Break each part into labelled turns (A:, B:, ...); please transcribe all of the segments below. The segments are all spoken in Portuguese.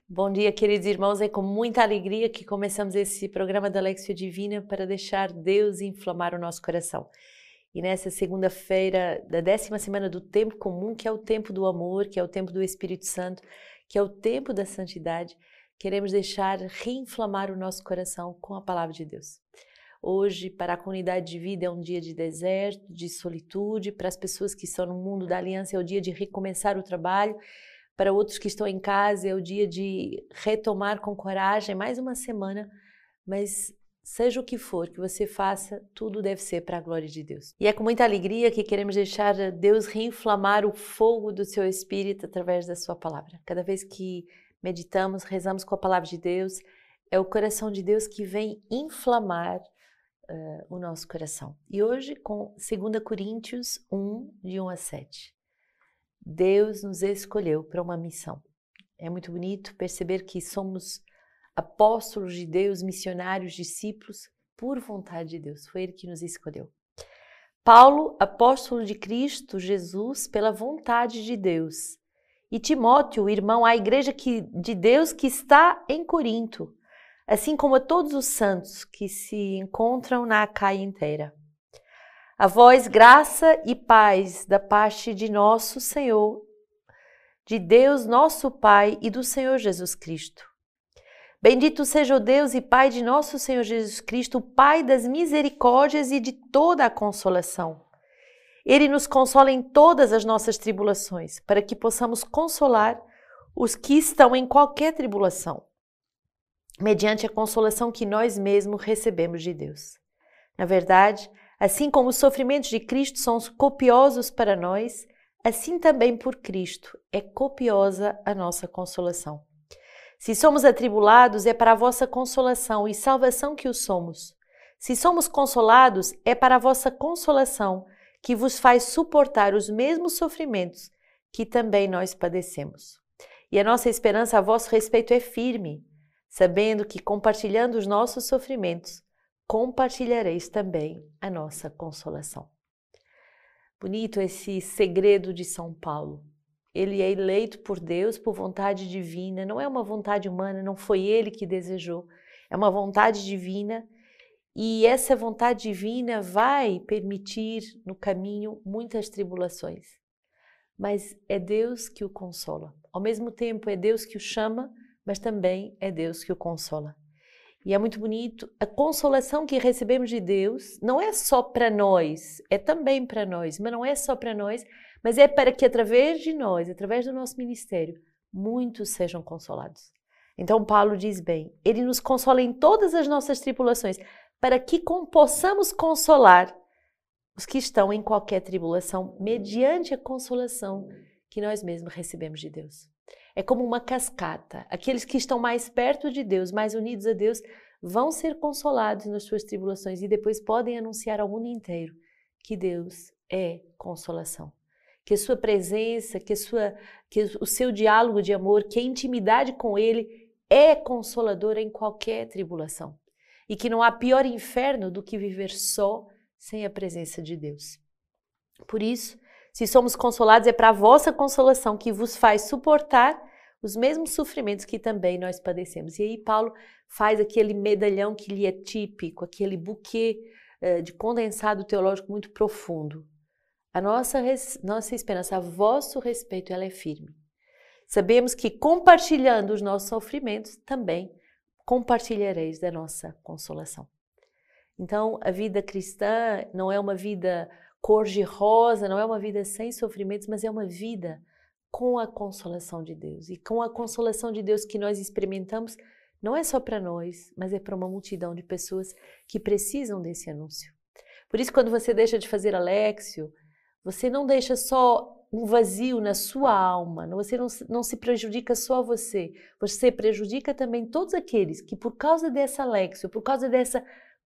A: Bom dia, queridos irmãos. É com muita alegria que começamos esse programa da Lectio Divina para deixar Deus inflamar o nosso coração. E nessa segunda-feira da 10ª semana do tempo comum, que é o tempo do amor, que é o tempo do Espírito Santo, que é o tempo da santidade, queremos deixar reinflamar o nosso coração com a palavra de Deus. Hoje, para a comunidade de vida, é um dia de deserto, de solitude. Para as pessoas que estão no mundo da aliança, é o dia de recomeçar o trabalho. Para outros que estão em casa, é o dia de retomar com coragem mais uma semana, mas seja o que for que você faça, tudo deve ser para a glória de Deus. E é com muita alegria que queremos deixar Deus reinflamar o fogo do seu espírito através da sua palavra. Cada vez que meditamos, rezamos com a palavra de Deus, é o coração de Deus que vem inflamar o nosso coração. E hoje com 2 Coríntios 1, de 1 a 7. Deus nos escolheu para uma missão. É muito bonito perceber que somos apóstolos de Deus, missionários, discípulos, por vontade de Deus. Foi Ele que nos escolheu. Paulo, apóstolo de Cristo Jesus, pela vontade de Deus. E Timóteo, irmão, à igreja de Deus que está em Corinto, assim como a todos os santos que se encontram na Acaia inteira. A vós, graça e paz da parte de nosso Senhor, de Deus nosso Pai e do Senhor Jesus Cristo. Bendito seja o Deus e Pai de nosso Senhor Jesus Cristo, o Pai das misericórdias e de toda a consolação. Ele nos consola em todas as nossas tribulações, para que possamos consolar os que estão em qualquer tribulação, mediante a consolação que nós mesmos recebemos de Deus. Na verdade, assim como os sofrimentos de Cristo são copiosos para nós, assim também por Cristo é copiosa a nossa consolação. Se somos atribulados, é para a vossa consolação e salvação que o somos. Se somos consolados, é para a vossa consolação, que vos faz suportar os mesmos sofrimentos que também nós padecemos. E a nossa esperança a vosso respeito é firme, sabendo que, compartilhando os nossos sofrimentos, compartilhareis também a nossa consolação. Bonito esse segredo de São Paulo. Ele é eleito por Deus por vontade divina, não é uma vontade humana, não foi ele que desejou, é uma vontade divina e essa vontade divina vai permitir no caminho muitas tribulações. Mas é Deus que o consola. Ao mesmo tempo é Deus que o chama, mas também é Deus que o consola. E é muito bonito, a consolação que recebemos de Deus não é só para nós, é também para nós, mas não é só para nós, mas é para que através de nós, através do nosso ministério, muitos sejam consolados. Então Paulo diz bem, ele nos consola em todas as nossas tribulações, para que possamos consolar os que estão em qualquer tribulação, mediante a consolação que nós mesmos recebemos de Deus. É como uma cascata. Aqueles que estão mais perto de Deus, mais unidos a Deus, vão ser consolados nas suas tribulações e depois podem anunciar ao mundo inteiro que Deus é consolação. Que a sua presença, que o seu diálogo de amor, que a intimidade com Ele é consoladora em qualquer tribulação. E que não há pior inferno do que viver só sem a presença de Deus. Por isso, se somos consolados, é para a vossa consolação que vos faz suportar os mesmos sofrimentos que também nós padecemos. E aí Paulo faz aquele medalhão que lhe é típico, aquele buquê de condensado teológico muito profundo. A nossa esperança a vosso respeito, ela é firme. Sabemos que compartilhando os nossos sofrimentos, também compartilhareis da nossa consolação. Então, a vida cristã não é uma vida cor-de-rosa, não é uma vida sem sofrimentos, mas é uma vida com a consolação de Deus. E com a consolação de Deus que nós experimentamos, não é só para nós, mas é para uma multidão de pessoas que precisam desse anúncio. Por isso, quando você deixa de fazer a Lectio, você não deixa só um vazio na sua alma, você não se prejudica só você prejudica também todos aqueles que por causa dessa Lectio, por causa dessa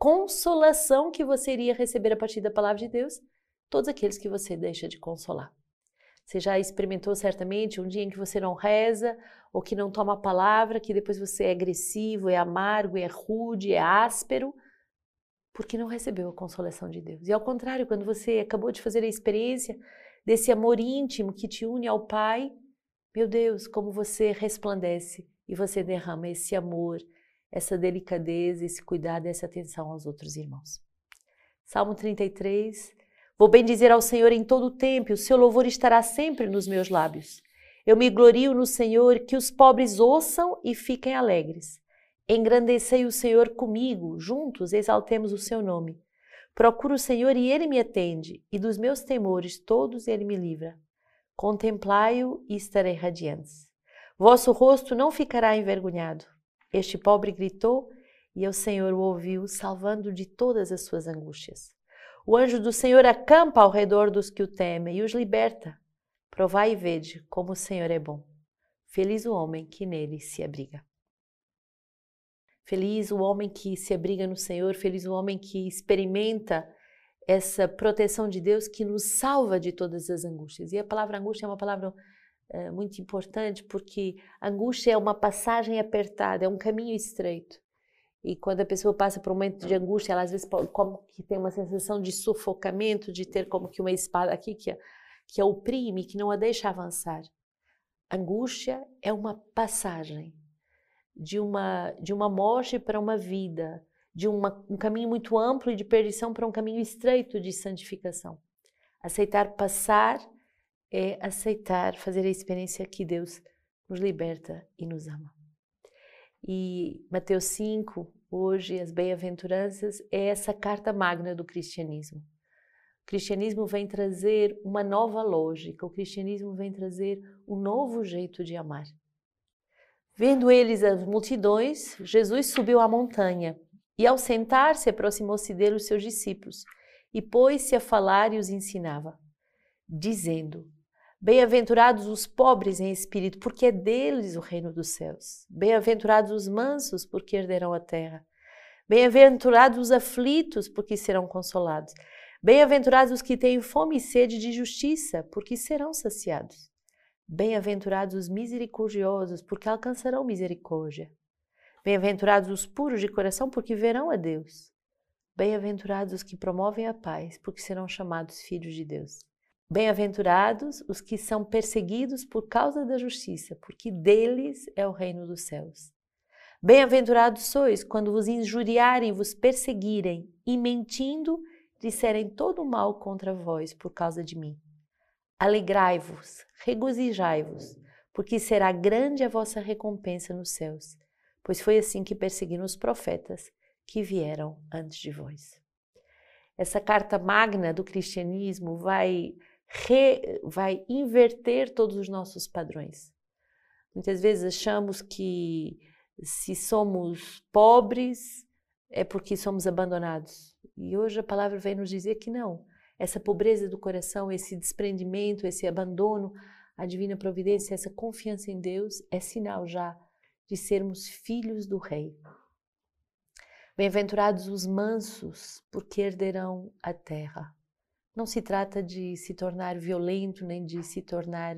A: consolação que você iria receber a partir da palavra de Deus, todos aqueles que você deixa de consolar. Você já experimentou certamente um dia em que você não reza ou que não toma a palavra, que depois você é agressivo, é amargo, é rude, é áspero, porque não recebeu a consolação de Deus. E ao contrário, quando você acabou de fazer a experiência desse amor íntimo que te une ao Pai, meu Deus, como você resplandece e você derrama esse amor, essa delicadeza, esse cuidado, essa atenção aos outros irmãos. Salmo 33. Vou bendizer ao Senhor em todo o tempo, e o seu louvor estará sempre nos meus lábios. Eu me glorio no Senhor, que os pobres ouçam e fiquem alegres. Engrandecei o Senhor comigo, juntos exaltemos o seu nome. Procuro o Senhor e ele me atende, e dos meus temores todos ele me livra. Contemplai-o e estarei radiante. Vosso rosto não ficará envergonhado. Este pobre gritou, e o Senhor o ouviu, salvando de todas as suas angústias. O anjo do Senhor acampa ao redor dos que o temem e os liberta. Provai e vede como o Senhor é bom. Feliz o homem que nele se abriga. Feliz o homem que se abriga no Senhor, feliz o homem que experimenta essa proteção de Deus que nos salva de todas as angústias. E a palavra angústia é uma palavra muito importante, porque angústia é uma passagem apertada, é um caminho estreito. E quando a pessoa passa por um momento de angústia, ela às vezes como que tem uma sensação de sufocamento, de ter como que uma espada aqui que a oprime, que não a deixa avançar. Angústia é uma passagem de uma morte para uma vida, de um caminho muito amplo de perdição para um caminho estreito de santificação. Aceitar passar é aceitar fazer a experiência que Deus nos liberta e nos ama. E Mateus 5, hoje, as bem-aventuranças, é essa carta magna do cristianismo. O cristianismo vem trazer uma nova lógica, o cristianismo vem trazer um novo jeito de amar. Vendo eles as multidões, Jesus subiu à montanha e, ao sentar-se, aproximou-se dele os seus discípulos e pôs-se a falar e os ensinava, dizendo: Bem-aventurados os pobres em espírito, porque é deles o reino dos céus. Bem-aventurados os mansos, porque herderão a terra. Bem-aventurados os aflitos, porque serão consolados. Bem-aventurados os que têm fome e sede de justiça, porque serão saciados. Bem-aventurados os misericordiosos, porque alcançarão misericórdia. Bem-aventurados os puros de coração, porque verão a Deus. Bem-aventurados os que promovem a paz, porque serão chamados filhos de Deus. Bem-aventurados os que são perseguidos por causa da justiça, porque deles é o reino dos céus. Bem-aventurados sois quando vos injuriarem, vos perseguirem e, mentindo, disserem todo o mal contra vós por causa de mim. Alegrai-vos, regozijai-vos, porque será grande a vossa recompensa nos céus, pois foi assim que perseguiram os profetas que vieram antes de vós. Essa carta magna do cristianismo vai inverter todos os nossos padrões. Muitas vezes achamos que se somos pobres é porque somos abandonados. E hoje a palavra vem nos dizer que não. Essa pobreza do coração, esse desprendimento, esse abandono à divina providência, essa confiança em Deus é sinal já de sermos filhos do Rei. Bem-aventurados os mansos, porque herderão a terra. Não se trata de se tornar violento, nem de se tornar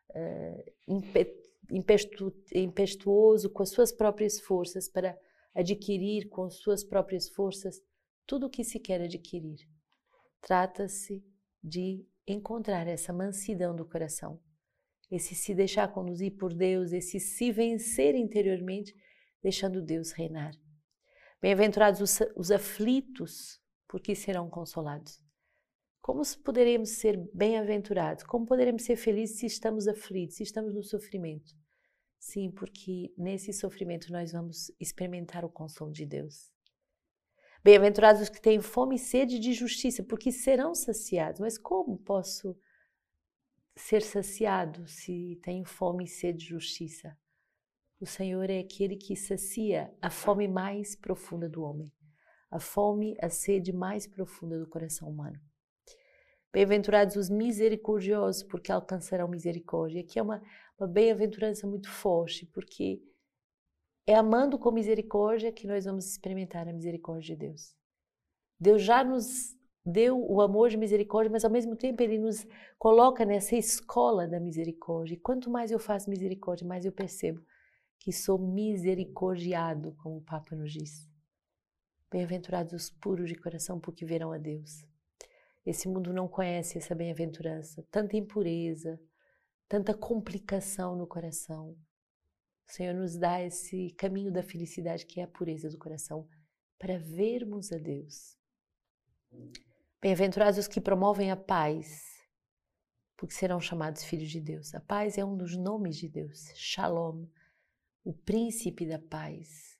A: impetuoso com as suas próprias forças para adquirir com as suas próprias forças tudo o que se quer adquirir. Trata-se de encontrar essa mansidão do coração, esse se deixar conduzir por Deus, esse se vencer interiormente, deixando Deus reinar. Bem-aventurados os aflitos, porque serão consolados. Como poderemos ser bem-aventurados? Como poderemos ser felizes se estamos aflitos, se estamos no sofrimento? Sim, porque nesse sofrimento nós vamos experimentar o consolo de Deus. Bem-aventurados os que têm fome e sede de justiça, porque serão saciados. Mas como posso ser saciado se tenho fome e sede de justiça? O Senhor é aquele que sacia a fome mais profunda do homem, a fome, a sede mais profunda do coração humano. Bem-aventurados os misericordiosos, porque alcançarão misericórdia. Aqui é uma bem-aventurança muito forte, porque é amando com misericórdia que nós vamos experimentar a misericórdia de Deus. Deus já nos deu o amor de misericórdia, mas ao mesmo tempo Ele nos coloca nessa escola da misericórdia. E quanto mais eu faço misericórdia, mais eu percebo que sou misericordiado, como o Papa nos diz. Bem-aventurados os puros de coração, porque verão a Deus. Esse mundo não conhece essa bem-aventurança, tanta impureza, tanta complicação no coração. O Senhor nos dá esse caminho da felicidade, que é a pureza do coração, para vermos a Deus. Bem-aventurados os que promovem a paz, porque serão chamados filhos de Deus. A paz é um dos nomes de Deus, Shalom, o príncipe da paz.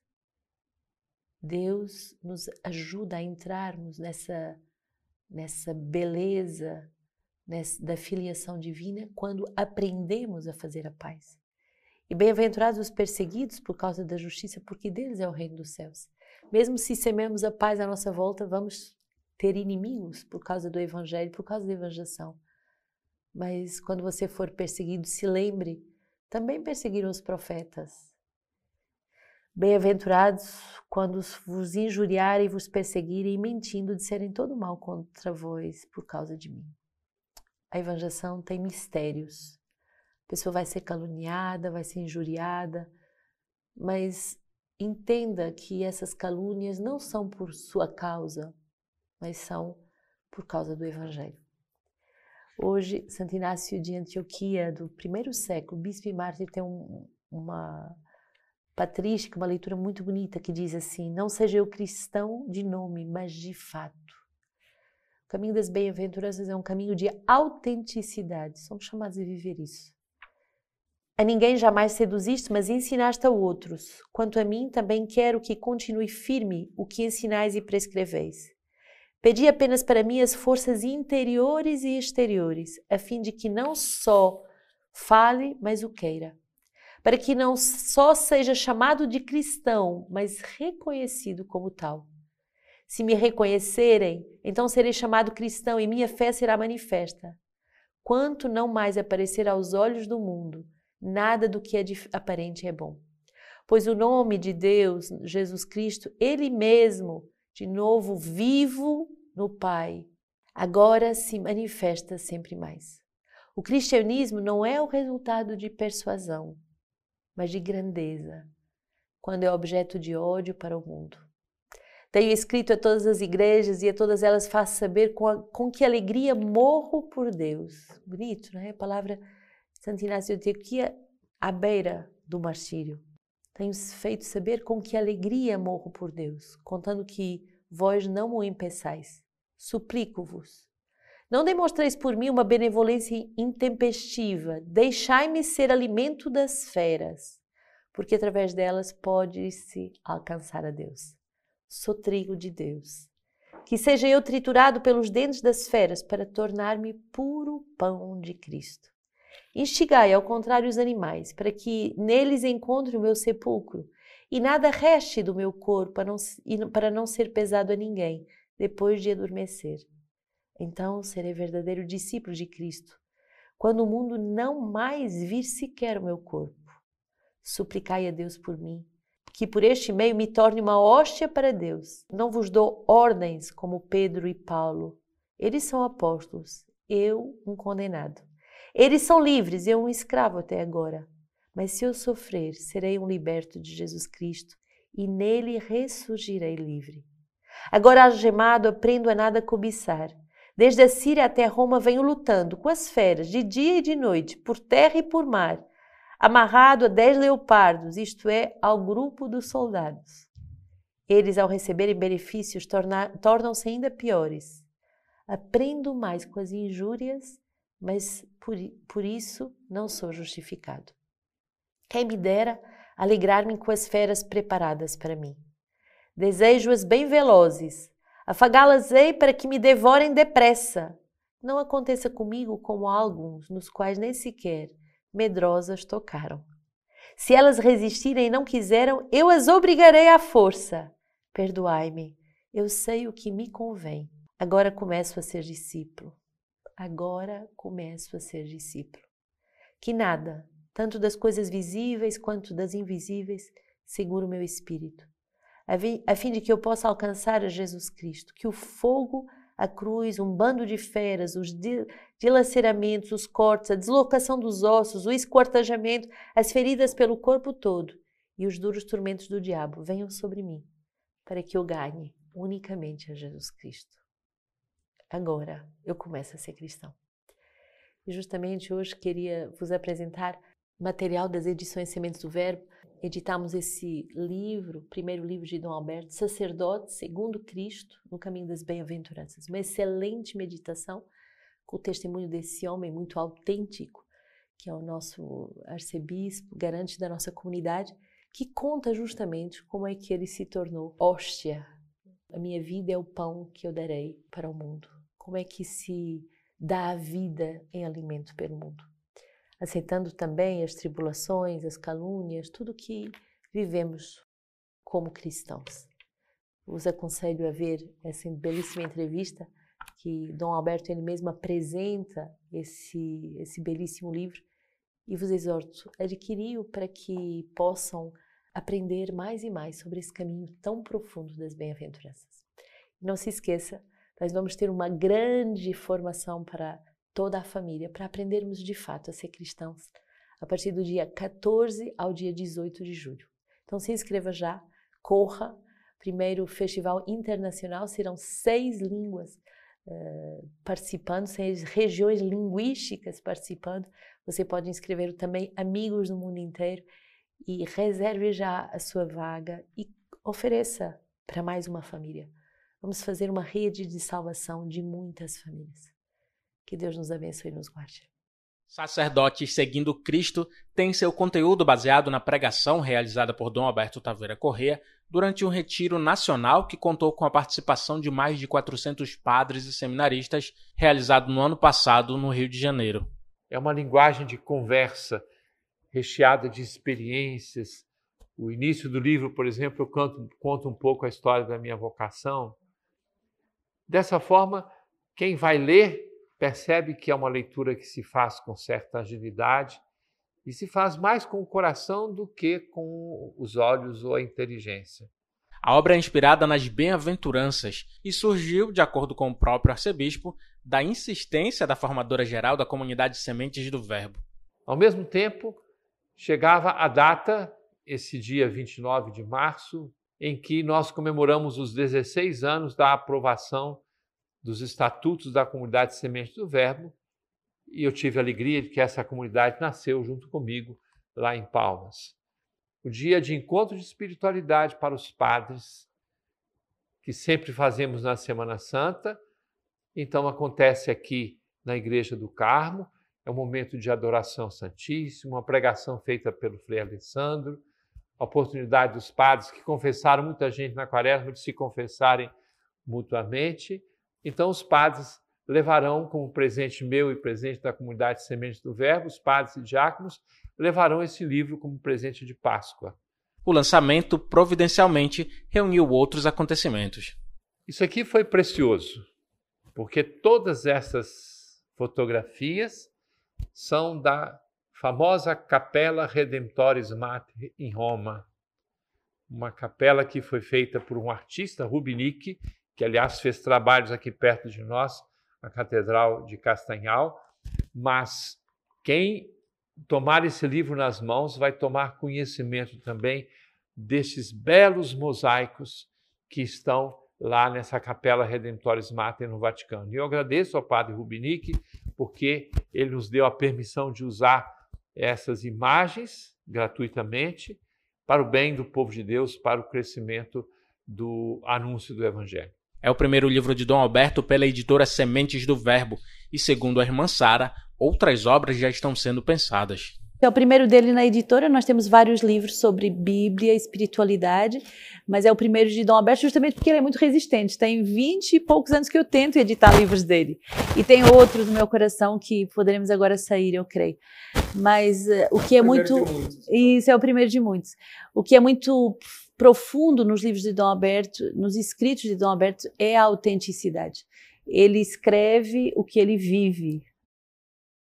A: Deus nos ajuda a entrarmos nessa beleza da filiação divina quando aprendemos a fazer a paz. E bem-aventurados os perseguidos por causa da justiça, porque deles é o reino dos céus. Mesmo se semeamos a paz à nossa volta, vamos ter inimigos por causa do evangelho, por causa da evangelização. Mas quando você for perseguido, se lembre, também perseguiram os profetas. Bem-aventurados quando vos injuriarem e vos perseguirem, mentindo, disserem todo mal contra vós por causa de mim. A evangelização tem mistérios. A pessoa vai ser caluniada, vai ser injuriada, mas entenda que essas calúnias não são por sua causa, mas são por causa do evangelho. Hoje, Santo Inácio de Antioquia, do primeiro século, bispo e mártir, tem uma patrística, uma leitura muito bonita que diz assim: não seja eu cristão de nome, mas de fato. O caminho das bem-aventuranças é um caminho de autenticidade. Somos chamados a viver isso. A ninguém jamais seduziste, mas ensinaste a outros. Quanto a mim, também quero que continue firme o que ensinais e prescreveis. Pedi apenas para mim as forças interiores e exteriores, a fim de que não só fale, mas o queira. Para que não só seja chamado de cristão, mas reconhecido como tal. Se me reconhecerem, então serei chamado cristão e minha fé será manifesta. Quanto não mais aparecer aos olhos do mundo, nada do que é aparente é bom. Pois o nome de Deus, Jesus Cristo, Ele mesmo, de novo vivo no Pai, agora se manifesta sempre mais. O cristianismo não é o resultado de persuasão, mas de grandeza, quando é objeto de ódio para o mundo. Tenho escrito a todas as igrejas e a todas elas faço saber com que alegria morro por Deus. Bonito, não é? A palavra de Santo Inácio de Antioquia à beira do martírio. Tenho feito saber com que alegria morro por Deus, contando que vós não o impeçais. Suplico-vos. Não demonstreis por mim uma benevolência intempestiva. Deixai-me ser alimento das feras, porque através delas pode-se alcançar a Deus. Sou trigo de Deus. Que seja eu triturado pelos dentes das feras para tornar-me puro pão de Cristo. Instigai, ao contrário, os animais, para que neles encontre o meu sepulcro, e nada reste do meu corpo para não ser pesado a ninguém, depois de adormecer. Então serei verdadeiro discípulo de Cristo, quando o mundo não mais vir sequer o meu corpo. Suplicai a Deus por mim, que por este meio me torne uma hóstia para Deus. Não vos dou ordens como Pedro e Paulo. Eles são apóstolos, eu um condenado. Eles são livres, eu um escravo até agora. Mas se eu sofrer, serei um liberto de Jesus Cristo e nele ressurgirei livre. Agora algemado, aprendo a nada cobiçar. Desde a Síria até Roma venho lutando com as feras, de dia e de noite, por terra e por mar, amarrado a 10 leopardos, isto é, ao grupo dos soldados. Eles, ao receberem benefícios, tornam-se ainda piores. Aprendo mais com as injúrias, mas por isso não sou justificado. Quem me dera alegrar-me com as feras preparadas para mim. Desejo-as bem velozes, afagá-las-ei para que me devorem depressa. Não aconteça comigo como há alguns, nos quais nem sequer medrosas tocaram. Se elas resistirem e não quiseram, eu as obrigarei à força. Perdoai-me, eu sei o que me convém. Agora começo a ser discípulo. Agora começo a ser discípulo. Que nada, tanto das coisas visíveis quanto das invisíveis, segura o meu espírito, a fim de que eu possa alcançar a Jesus Cristo, que o fogo, a cruz, um bando de feras, os dilaceramentos, os cortes, a deslocação dos ossos, o esquartejamento, as feridas pelo corpo todo e os duros tormentos do diabo venham sobre mim, para que eu ganhe unicamente a Jesus Cristo. Agora eu começo a ser cristão. E justamente hoje queria vos apresentar material das edições Sementes do Verbo. editamos esse livro, primeiro livro de Dom Alberto, Sacerdote Segundo Cristo, no Caminho das Bem-aventuranças. Uma excelente meditação com o testemunho desse homem muito autêntico, que é o nosso arcebispo, garante da nossa comunidade, que conta justamente como é que ele se tornou hóstia. A minha vida é o pão que eu darei para o mundo. Como é que se dá a vida em alimento pelo mundo? Aceitando também as tribulações, as calúnias, tudo que vivemos como cristãos. Os aconselho a ver essa belíssima entrevista que Dom Alberto ele mesmo apresenta esse belíssimo livro, e vos exorto a adquiri-o para que possam aprender mais e mais sobre esse caminho tão profundo das bem-aventuranças. Não se esqueça, nós vamos ter uma grande formação para toda a família, para aprendermos de fato a ser cristãos, a partir do dia 14 ao dia 18 de julho. Então se inscreva já, corra. Primeiro festival internacional, serão 6 línguas participando, 6 regiões linguísticas participando. Você pode inscrever também amigos do mundo inteiro e reserve já a sua vaga e ofereça para mais uma família. Vamos fazer uma rede de salvação de muitas famílias. Que Deus nos abençoe e nos guarde.
B: Sacerdotes Seguindo Cristo tem seu conteúdo baseado na pregação realizada por Dom Alberto Taveira Corrêa durante um retiro nacional que contou com a participação de mais de 400 padres e seminaristas, realizado no ano passado no Rio de Janeiro.
C: É uma linguagem de conversa, recheada de experiências. O início do livro, por exemplo, eu conto um pouco a história da minha vocação. Dessa forma, quem vai ler percebe que é uma leitura que se faz com certa agilidade e se faz mais com o coração do que com os olhos ou a inteligência.
B: A obra é inspirada nas bem-aventuranças e surgiu, de acordo com o próprio arcebispo, da insistência da formadora geral da comunidade Sementes do Verbo.
C: Ao mesmo tempo, chegava a data, esse dia 29 de março, em que nós comemoramos os 16 anos da aprovação dos estatutos da comunidade Sementes do Verbo, e eu tive a alegria de que essa comunidade nasceu junto comigo lá em Palmas. O dia de encontro de espiritualidade para os padres, que sempre fazemos na Semana Santa, então acontece aqui na Igreja do Carmo, é um momento de adoração santíssima, uma pregação feita pelo Frei Alessandro, a oportunidade dos padres que confessaram muita gente na quaresma de se confessarem mutuamente. Então os padres levarão como presente meu e presente da comunidade Sementes do Verbo, os padres e diáconos levarão esse livro como presente de Páscoa.
B: O lançamento, providencialmente, reuniu outros acontecimentos.
C: Isso aqui foi precioso, porque todas essas fotografias são da famosa Capella Redemptoris Mater em Roma, uma capela que foi feita por um artista, Rubinick, que aliás fez trabalhos aqui perto de nós, na Catedral de Castanhal, mas quem tomar esse livro nas mãos vai tomar conhecimento também destes belos mosaicos que estão lá nessa Capella Redemptoris Mater no Vaticano. E eu agradeço ao padre Rubinick porque ele nos deu a permissão de usar essas imagens gratuitamente para o bem do povo de Deus, para o crescimento do anúncio do Evangelho.
B: É o primeiro livro de Dom Alberto pela editora Sementes do Verbo e, segundo a irmã Sara, outras obras já estão sendo pensadas.
A: É o primeiro dele na editora. Nós temos vários livros sobre Bíblia e espiritualidade, mas é o primeiro de Dom Alberto justamente porque ele é muito resistente. Tem 20 e poucos anos que eu tento editar livros dele. E tem outros no meu coração que poderemos agora sair, eu creio. Mas o que é muito... Isso é o primeiro de muitos. O que é muito profundo nos livros de Dom Alberto, nos escritos de Dom Alberto, é a autenticidade. Ele escreve o que ele vive.